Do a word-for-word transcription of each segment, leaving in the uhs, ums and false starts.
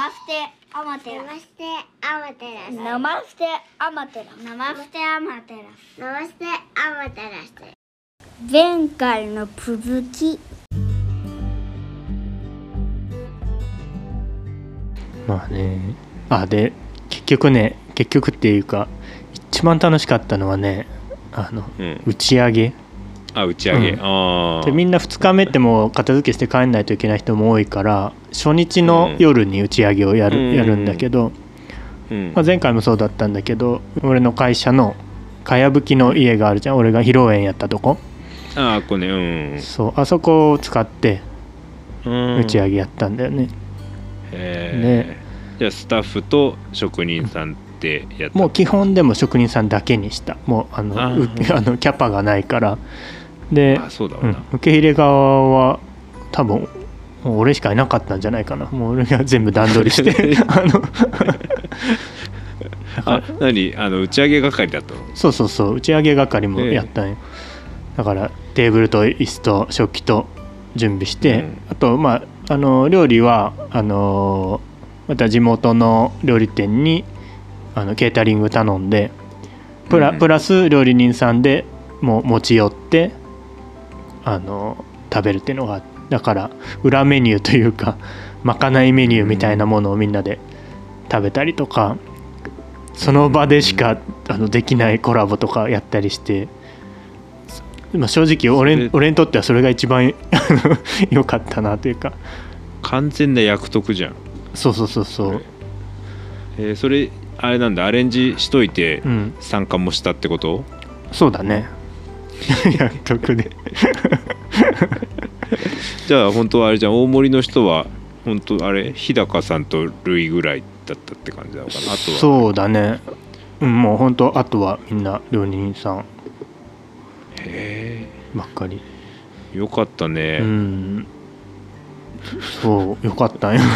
ステアマテラナマステアマテラスナマステアマテラナマステアマテラスナマステアマテラス。 前回の続き。 まあね、あで結局ね結局っていうか一番楽しかったのはねあの、うん、打ち上げあ打ち上げ、うん、あでみんなふつかめってもう片付けして帰んないといけない人も多いから初日の夜に打ち上げをやる、うん、やるんだけど、うんまあ、前回もそうだったんだけど俺の会社のかやぶきの家があるじゃん、俺が披露宴やったとこ、 ああこれね、うん、 そうあそこを使って打ち上げやったんだよね、うん、 へえ。じゃあスタッフと職人さんってやった？ もう基本でも職人さんだけにした。もうあのああのキャパがないからで、 あそうだわな、うん、 受け入れ側は多分もう俺しかいなかったんじゃないかな。もう俺が全部段取りしてあのあ何あの打ち上げ係だったの？ そうそうそう打ち上げ係もやったんよ、えー、だからテーブルと椅子と食器と準備して、うん、あとまああの料理はあのまた地元の料理店にあのケータリング頼んでプ ラ,、うん、プラス料理人さんでもう持ち寄ってあの食べるっていうのがだから裏メニューというかまかないメニューみたいなものをみんなで食べたりとか、うん、その場でしかあのできないコラボとかやったりして、まあ、正直 俺, 俺にとってはそれが一番良かったなというか完全な役得じゃん。 そうそうそうそう、 えー、それあれなんだアレンジしといて参加もしたってこと？ うん、そうだね役得でじゃあ本当はあれじゃん大森の人は本当あれ日高さんとルイぐらいだったって感じなのかな。あとはそうだね、うん、もう本当あとはみんな料理人さんへーばっかり。 よかったね。 うんそうよかったよ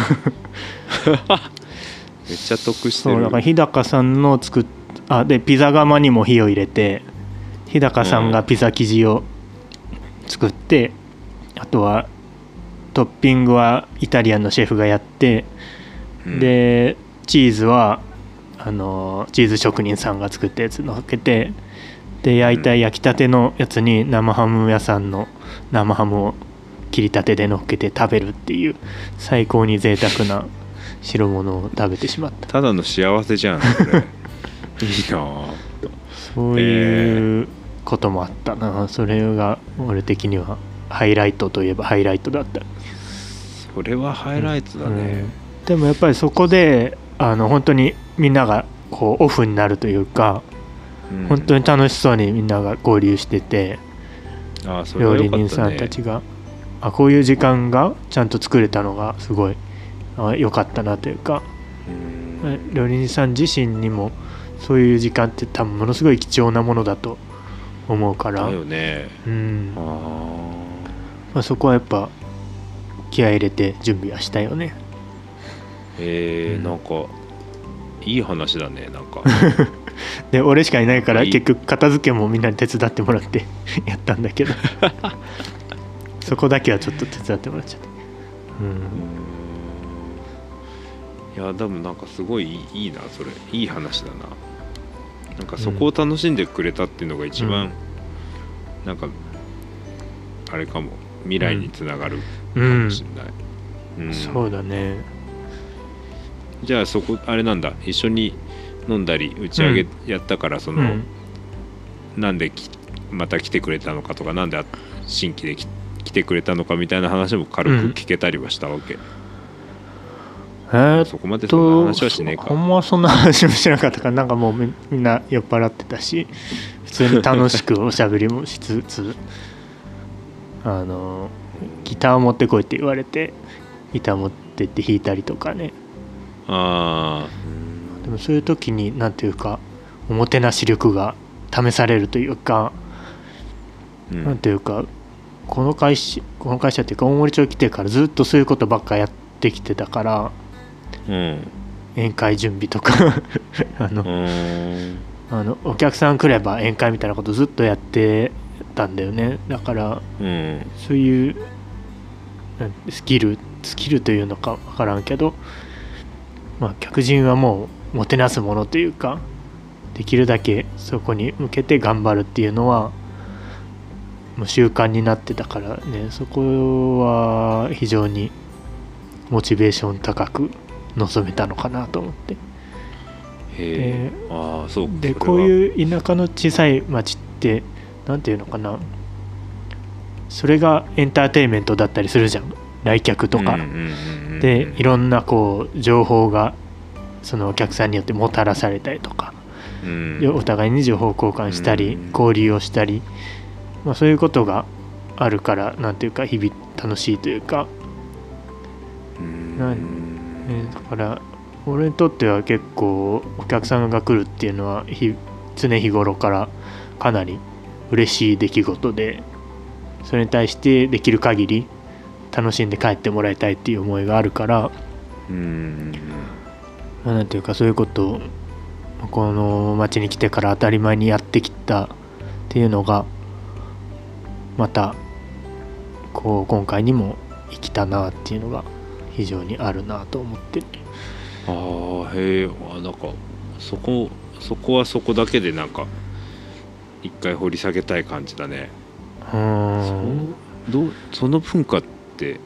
めっちゃ得してる。 そうだから日高さんの作っあでピザ窯にも火を入れて日高さんがピザ生地を作って、うん、あとはトッピングはイタリアンのシェフがやって、うん、でチーズはあのチーズ職人さんが作ったやつ乗っけてで焼いた焼きたてのやつに生ハム屋さんの生ハムを切りたてで乗っけて食べるっていう最高に贅沢な白物を食べてしまった。 ただの幸せじゃんそれいいな。 そういうこともあったな、えー、それが俺的にはハイライトといえばハイライトだった。 それはハイライトだね、うん、 でもやっぱりそこであの本当にみんながこうオフになるというか、うん、本当に楽しそうにみんなが合流してて、 あそれは良かったね、 料理人さんたちがあこういう時間がちゃんと作れたのがすごい良かったなというか、うん、料理人さん自身にもそういう時間って多分ものすごい貴重なものだと思うからだよね、 うんあまあ、そこはやっぱ気合い入れて準備はしたよね。 えー、うん、なんかいい話だねなんかで俺しかいないから結局片付けもみんなに手伝ってもらってやったんだけどそこだけはちょっと手伝ってもらっちゃった、 うん、いやでもなんかすごいいいなそれいい話だな。なんかそこを楽しんでくれたっていうのが一番、うん、なんかあれかも未来につながるかもしれない、 うんうん、そうだね。 じゃあそこあれなんだ一緒に飲んだり打ち上げやったから、うん、その、うん、なんでまた来てくれたのかとかなんで新規で来てくれたのかみたいな話も軽く聞けたりはしたわけ、うんえー、 そこまでそんな話はしねえか。 あんまそんな話もしなかったからなんかもうみんな酔っ払ってたし普通に楽しくおしゃべりもしつつあのギターを持ってこいって言われてギター持ってって弾いたりとかね。 あでもそういう時になんていうかおもてなし力が試されるというか、うん、なんていうかこの会社この会社っていうか大森町来てからずっとそういうことばっかやってきてたから、うん、宴会準備とかあのあのお客さん来れば宴会みたいなことずっとやってたんだよね。だから、うん、そういうスキルスキルというのか分からんけどまあ、客人はもうもてなすものというか、できるだけそこに向けて頑張るっていうのはもう習慣になってたからね、そこは非常にモチベーション高く臨めたのかなと思って。 へえ。ああ、そうか。 でこういう田舎の小さい町ってなんていうのかな、それがエンターテインメントだったりするじゃん、来客とかでいろんなこう情報がそのお客さんによってもたらされたりとか、うん、お互いに情報交換したり、うん、交流をしたり、まあ、そういうことがあるから、なんていうか日々楽しいというか、うん、なん、ね、だから俺にとっては結構お客さんが来るっていうのは常日頃からかなり嬉しい出来事で、それに対してできる限り楽しんで帰ってもらいたいっていう思いがあるから、うーん、まあ、なんていうかそういうことをこの町に来てから当たり前にやってきたっていうのがまたこう今回にも生きたなっていうのが非常にあるなと思ってる。 ああ、へえ。あ、なんかそこそこはそこだけでなんか一回掘り下げたい感じだね。うん、そ, どその文化って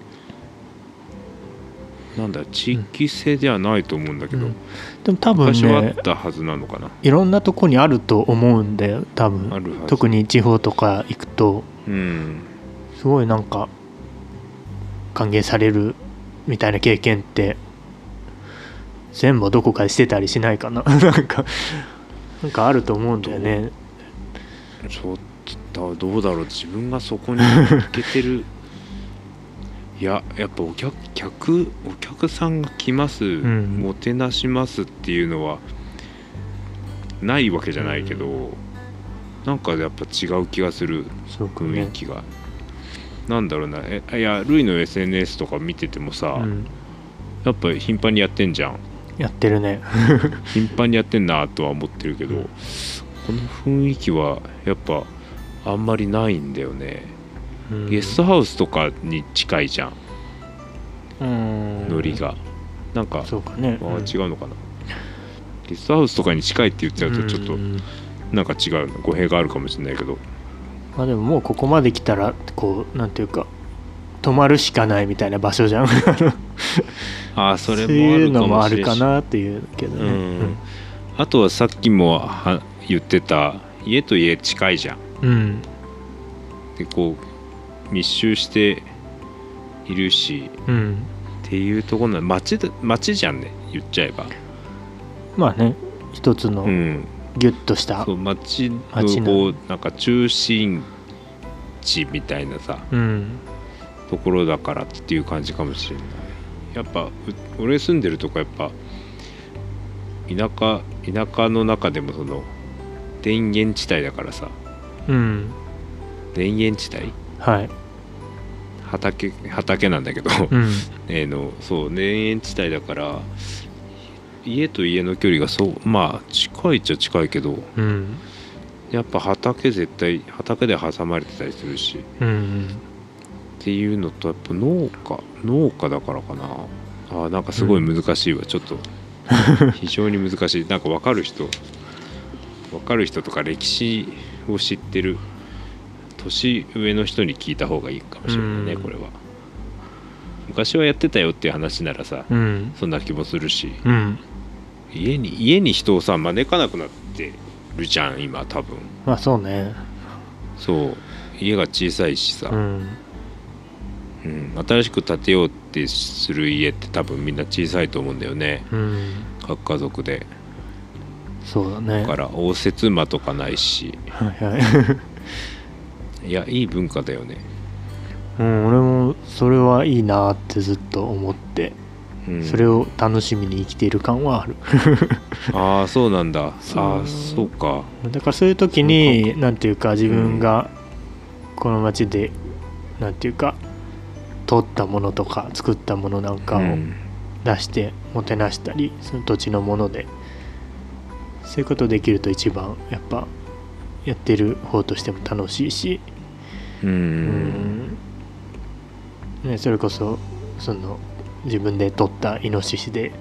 なんだ、地域性ではないと思うんだけど、うん、 でも多分ね、 昔はあったはずなのかな。 いろんなとこにあると思うんだよ多分。あるはず。特に地方とか行くと、うん、すごいなんか歓迎されるみたいな経験って全部どこかでしてたりしないかななんかなんかあると思うんだよね。 ちょっとどうだろう、自分がそこに行けてるいや、やっぱお客客お客さんが来ます、うん、もてなしますっていうのはないわけじゃないけど、うん、なんかやっぱ違う気がする、雰囲気が、ね、なんだろうな。えいや、ルイの エスエヌエス とか見ててもさ、うん、やっぱ頻繁にやってんじゃん。 やってるね頻繁にやってんなとは思ってるけど、うん、この雰囲気はやっぱあんまりないんだよね。うん、ゲストハウスとかに近いじゃん、うん、ノリがなんか、そうかね、あ、違うのかな、うん、ゲストハウスとかに近いって言っちゃうとちょっとなんか違うの、語弊があるかもしれないけど、 まあでももうここまで来たらこうなんていうか泊まるしかないみたいな場所じゃんああ、それもあるかもしれない。そういうのもあるかなっていうけどね、うんうん、 あとはさっきもは言ってた家と家近いじゃん、うん、でこう密集しているし、うん、っていうところの町だ、町じゃんね、言っちゃえば。まあね、一つのギュッとした、うん、そう、町のこうなんか中心地みたいなさ、うん、ところだからっていう感じかもしれない。やっぱ俺住んでるとこやっぱ田舎田舎の中でもその田園地帯だからさ、うん、田園地帯、はい、畑畑なんだけど、うん、えのそう田園地帯だから家と家の距離がそうまあ近いっちゃ近いけど、うん、やっぱ畑絶対畑で挟まれてたりするし、うんうん、っていうのとやっぱ農家農家だからかなあ。なんかすごい難しいわ、うん、ちょっと非常に難しい。なんか分かる人分かる人とか歴史を知ってる年上の人に聞いた方がいいかもしれないね、うん、これは。昔はやってたよっていう話ならさ、うん、そんな気もするし、うん、家に家に人をさ招かなくなってるじゃん今多分。まあそうね。そう家が小さいしさ、うんうん、新しく建てようってする家って多分みんな小さいと思うんだよね、うん、各家族で。そうだね。だから応接間とかないし、はいはいいやいい文化だよね。うん、俺もそれはいいなってずっと思って、うん、それを楽しみに生きている感はあるああそうなんだ。ああそうか。だからそういう時になんていうか自分がこの町でなんていうか取ったものとか作ったものなんかを出してもてなしたり、その土地のものでそういうことできると一番やっぱやってる方としても楽しいし、うん、うんね、それこそその自分で取ったイノシシで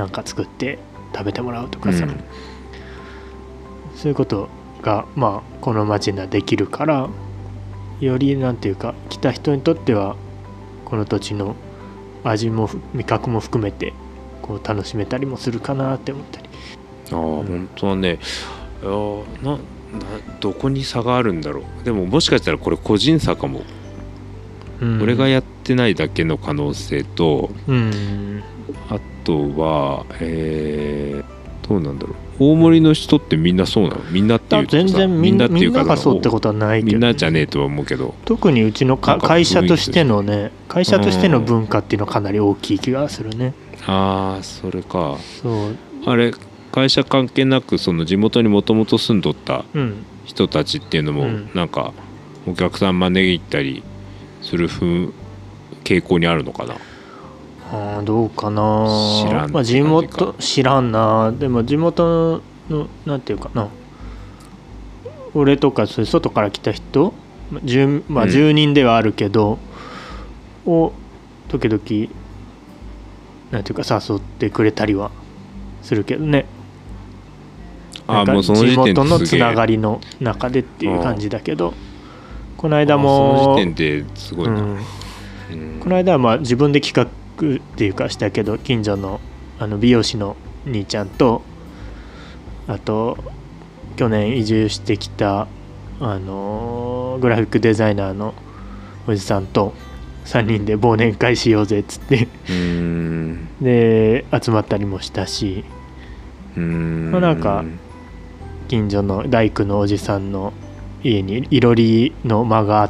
なんか作って食べてもらうとかさ、 うんそういうことがまあこの町にはできるから、よりなんていうか来た人にとってはこの土地の味も味覚も含めてこう楽しめたりもするかなって思ったり。 ああ、本当はね、いやななどこに差があるんだろう。でももしかしたらこれ個人差かも、 うん、 俺がやってないだけの可能性と、 うんあとはえー、どうなんだろう。大森の人ってみんなそうなの？みんなっていうとさ、 全然みんなっていうかみんながそうってことはないけど、 みんなじゃねえとは思うけど、 特にうちのか会社としてのね会社としての文化っていうのはかなり大きい気がするね。 ああ、それか。 そうあれ会社関係なくその地元にもともと住んどったうん人たちっていうのも、 うんなんかお客さん招いたりする風傾向にあるのかな。 あーどうかな。 知らんって感じかまあ、地元知らんな。でも地元のなんていうかな、俺とかそういう外から来た人、住まあ、 うん住人ではあるけど、を時々なんていうか誘ってくれたりはするけどね。なんかあーもうその時点地元のですげえつながりの中でっていう感じだけど、この間あーそもの時点ですごいな、 うんうんこの間はまあ自分で企画っていうかしたけど、近所のあの美容師の兄ちゃんと、あと去年移住してきたあのグラフィックデザイナーのおじさんとさんにんで忘年会しようぜっつってうーんで集まったりもしたし、 うーんまあなんか近所の大工のおじさんの家にいろりの間があって、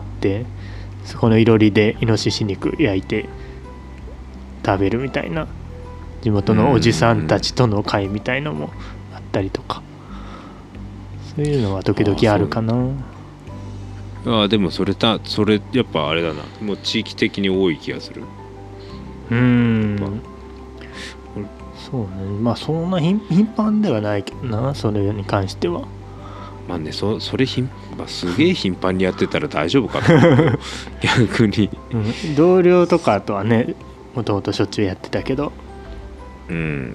そこのいろりでイノシシ肉焼いて食べるみたいな、地元のおじさんたちとの会みたいのもあったりとか、そういうのは時々あるかな。 あーでもそれたそれやっぱあれだな、もう地域的に多い気がする。 うーんそうね、まあそんな頻頻繁ではないけどな、それに関しては。 まあね、そそれ頻、まあ、すげえ頻繁にやってたら大丈夫かな逆に、 うん、同僚とかとはねもともとしょっちゅうやってたけど、 うん、 うん、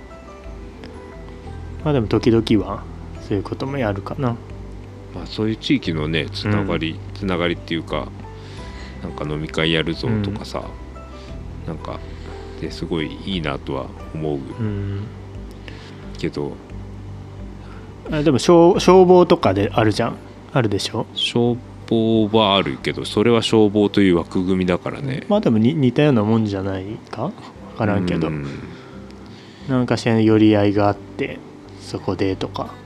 まあでも時々はそういうこともやるかな。 まあ、そういう地域のねつながり、うん、つながりっていうか、なんか飲み会やるぞとかさ、うん、なんかですごいいいなとは思う、うん、けどあでも 消, 消防とかであるじゃん、あるでしょ。 消防はあるけど、それは消防という枠組みだからね。 まあでもに似たようなもんじゃないか分からんけど、うん、なんかしらの寄り合いがあってそこでとか。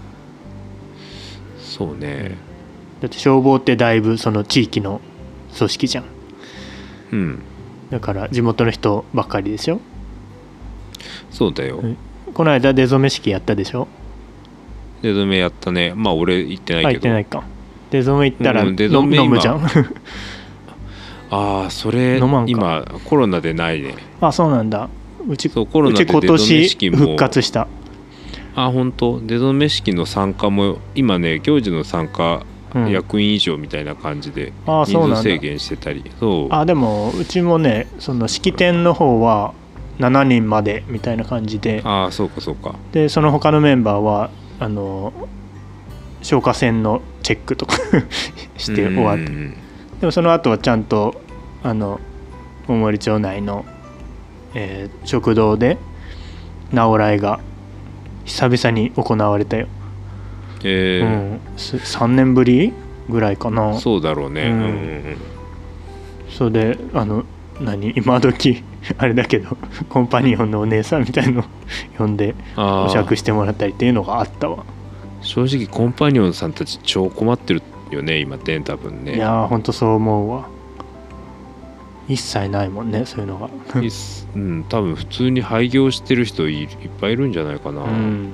そうね、 だって消防ってだいぶその地域の組織じゃん。 うんだから地元の人ばっかりでしょ。 そうだよ、 うん、この間出初め式やったでしょ。 出初めやったね。まあ俺行ってないけど。 あ行ってないか。出初め行ったら、うん、 出初め飲むじゃんああそれ今コロナでないね。 あそうなんだ。うちそうコロナでうち今年復活した。 あ本当。出初め式の参加も今ね行事の参加役員以上みたいな感じで人数制限してたり、 うん、 そうあでもうちもねその式典の方はしちにんまでみたいな感じで、 あそうかそうか。 でその他のメンバーはあの消火栓のチェックとかして終わって、でもその後はちゃんとあの大森町内の、えー、食堂で直来が久々に行われたよ。 えーうん、さんねんぶりぐらいかな。 そうだろうね、うんうんうん、 それであの何今時あれだけどコンパニオンのお姉さんみたいの呼んでお酌してもらったりっていうのがあったわ。 正直コンパニオンさんたち超困ってるよね今ね多分ね。 いやーほんとそう思うわ。一切ないもんねそういうのがうん、多分普通に廃業してる人 い, いっぱいいるんじゃないかな、うん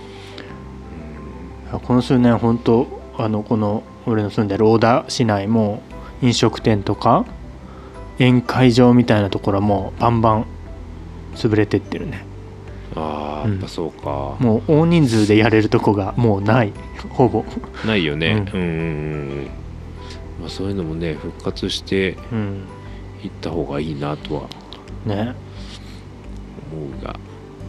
うん、この数年本当あのこの俺の住んでる大田市内も飲食店とか宴会場みたいなところはもうバンバン潰れてってるね。 ああ、やっぱそうか、 うん、もう大人数でやれるとこがもうないほぼないよね、うん、うんうんうんまあ、そういうのもね復活していった方がいいなとはね思うが、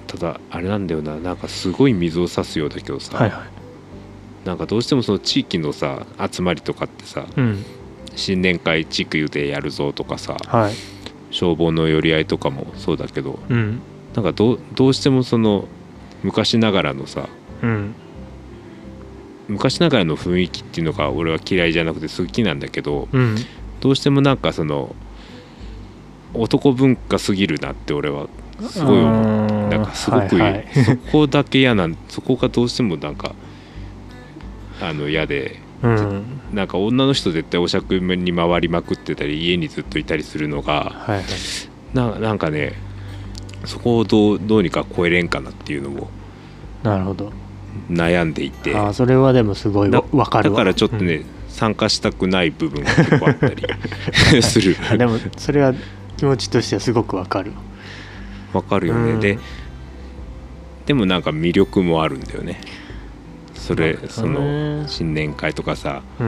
ただあれなんだよな、なんかすごい水を差すようだけどさ、 はいはい、 なんかどうしてもその地域のさ集まりとかってさ、 うん、 新年会地区でやるぞとかさ、 はい、 消防の寄り合いとかもそうだけど、 うん、 なんかどう、どうしてもその昔ながらのさ、 うん、 昔ながらの雰囲気っていうのが俺は嫌いじゃなくて好きなんだけど、 うん、 どうしてもなんかその男文化すぎるなって俺はすごい思う。なんかすごく、 はいはい、 そこだけ嫌なん、そこがどうしてもなんかあの嫌で、 うん、 なんか女の人絶対お酌に回りまくってたり家にずっといたりするのが、 はいはい、 な, なんかねそこをどう、どうにか超えれんかなっていうのをなるほど悩んでいて、 あ、それはでもすごいわかるわ。 だからちょっとね、うん、参加したくない部分が結構あったりするあ、でもそれは気持ちとしてはすごくわかるわかるよね、うん、ででもなんか魅力もあるんだよねそれ、その新年会とかさ、うん、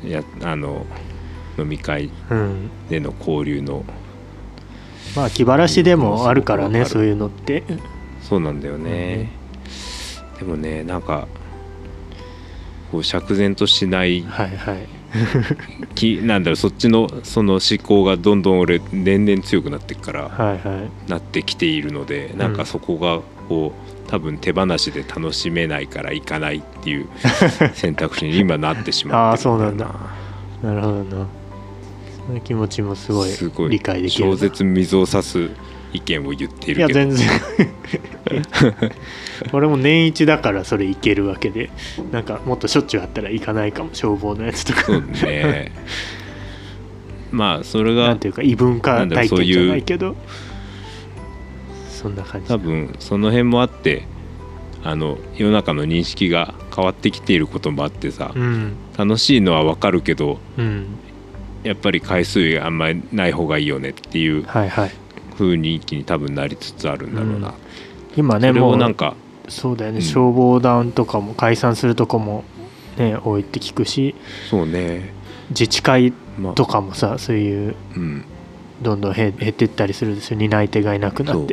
やあの飲み会での交流の、うん、 まあ気晴らしでもあるからね、そういうのって。 そうなんだよね、うん、でもねなんかこう釈然としない、 はいはいきなんだろう、そっちのその思考がどんどん俺年々強くなっていくから、 はいはい、 なってきているので、なんかそこがこう多分手放しで楽しめないから行かないっていう選択肢に今なってしまってるんだよな。 ああ、そうなんだ。なるほどな。その気持ちもすごい理解できるな。 超絶水を差す意見を言っているけど、 いや全然俺も年一だからそれいけるわけで、なんかもっとしょっちゅうあったら行かないかも、消防のやつとか。 そうねまあそれがなんていうか異文化体験じゃないけど、そんな感じ。 多分その辺もあって、あの世の中の認識が変わってきていることもあってさ、うん、楽しいのは分かるけど、うん、やっぱり回数あんまりない方がいいよねっていう、はいはい、風に一気に多分なりつつあるんだろうな、うん、 今ね、 もうなんかそうだよね、うん、消防団とかも解散するとこもね多いって聞くし、 そうね、 自治会とかもさ、まあ、そういう、うん、どんどん減っていったりするんですよ、担い手がいなくなって。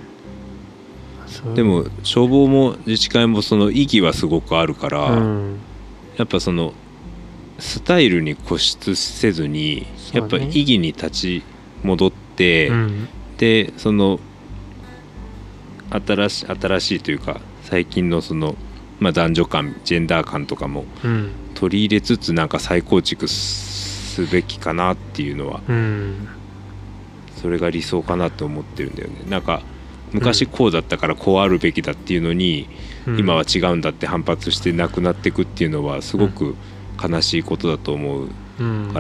でも消防も自治会もその意義はすごくあるから、うん、やっぱそのスタイルに固執せずに、やっぱ意義に立ち戻って、うん、でその新し、新しいというか最近のその、まあ、男女間ジェンダー間とかも取り入れつつ、なんか再構築すべきかなっていうのは、うん、それが理想かなと思ってるんだよね。なんか昔こうだったからこうあるべきだっていうのに、うん、今は違うんだって反発してなくなっていくっていうのはすごく悲しいことだと思うから、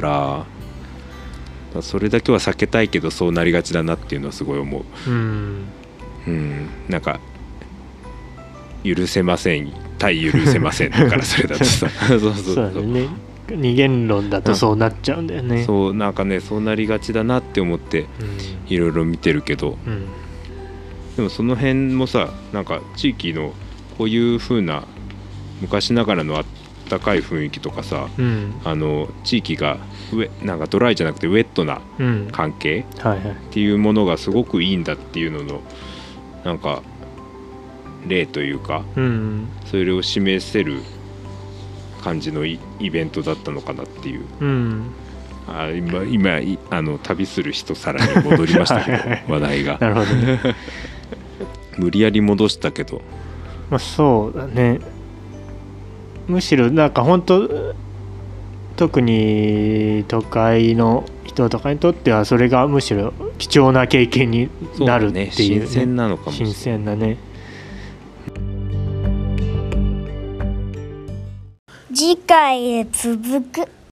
うん、それだけは避けたいけどそうなりがちだなっていうのはすごい思う、うんうん、なんか許せません対許せませんだからそれだとさそうそうそう、 そうね、二元論だとそうなっちゃうんだよね。 そうなんかね、そうなりがちだなって思っていろいろ見てるけど、うん、でもその辺もさ、なんか地域のこういう風な昔ながらのあったかい雰囲気とかさ、うん、あの地域がウェなんかドライじゃなくてウェットな関係っていうものがすごくいいんだっていうののなんか例というか、うん、それを示せる感じのイベントだったのかなっていう、うん、あ今今あの旅する人さらに戻りましたけど話題がなるほど、ね無理やり戻したけど、 まあ、そうだね。むしろなんか本当特に都会の人とかにとってはそれがむしろ貴重な経験になるっていう、ね、 新鮮なのかもしれない。 新鮮なね。 次回へ続く。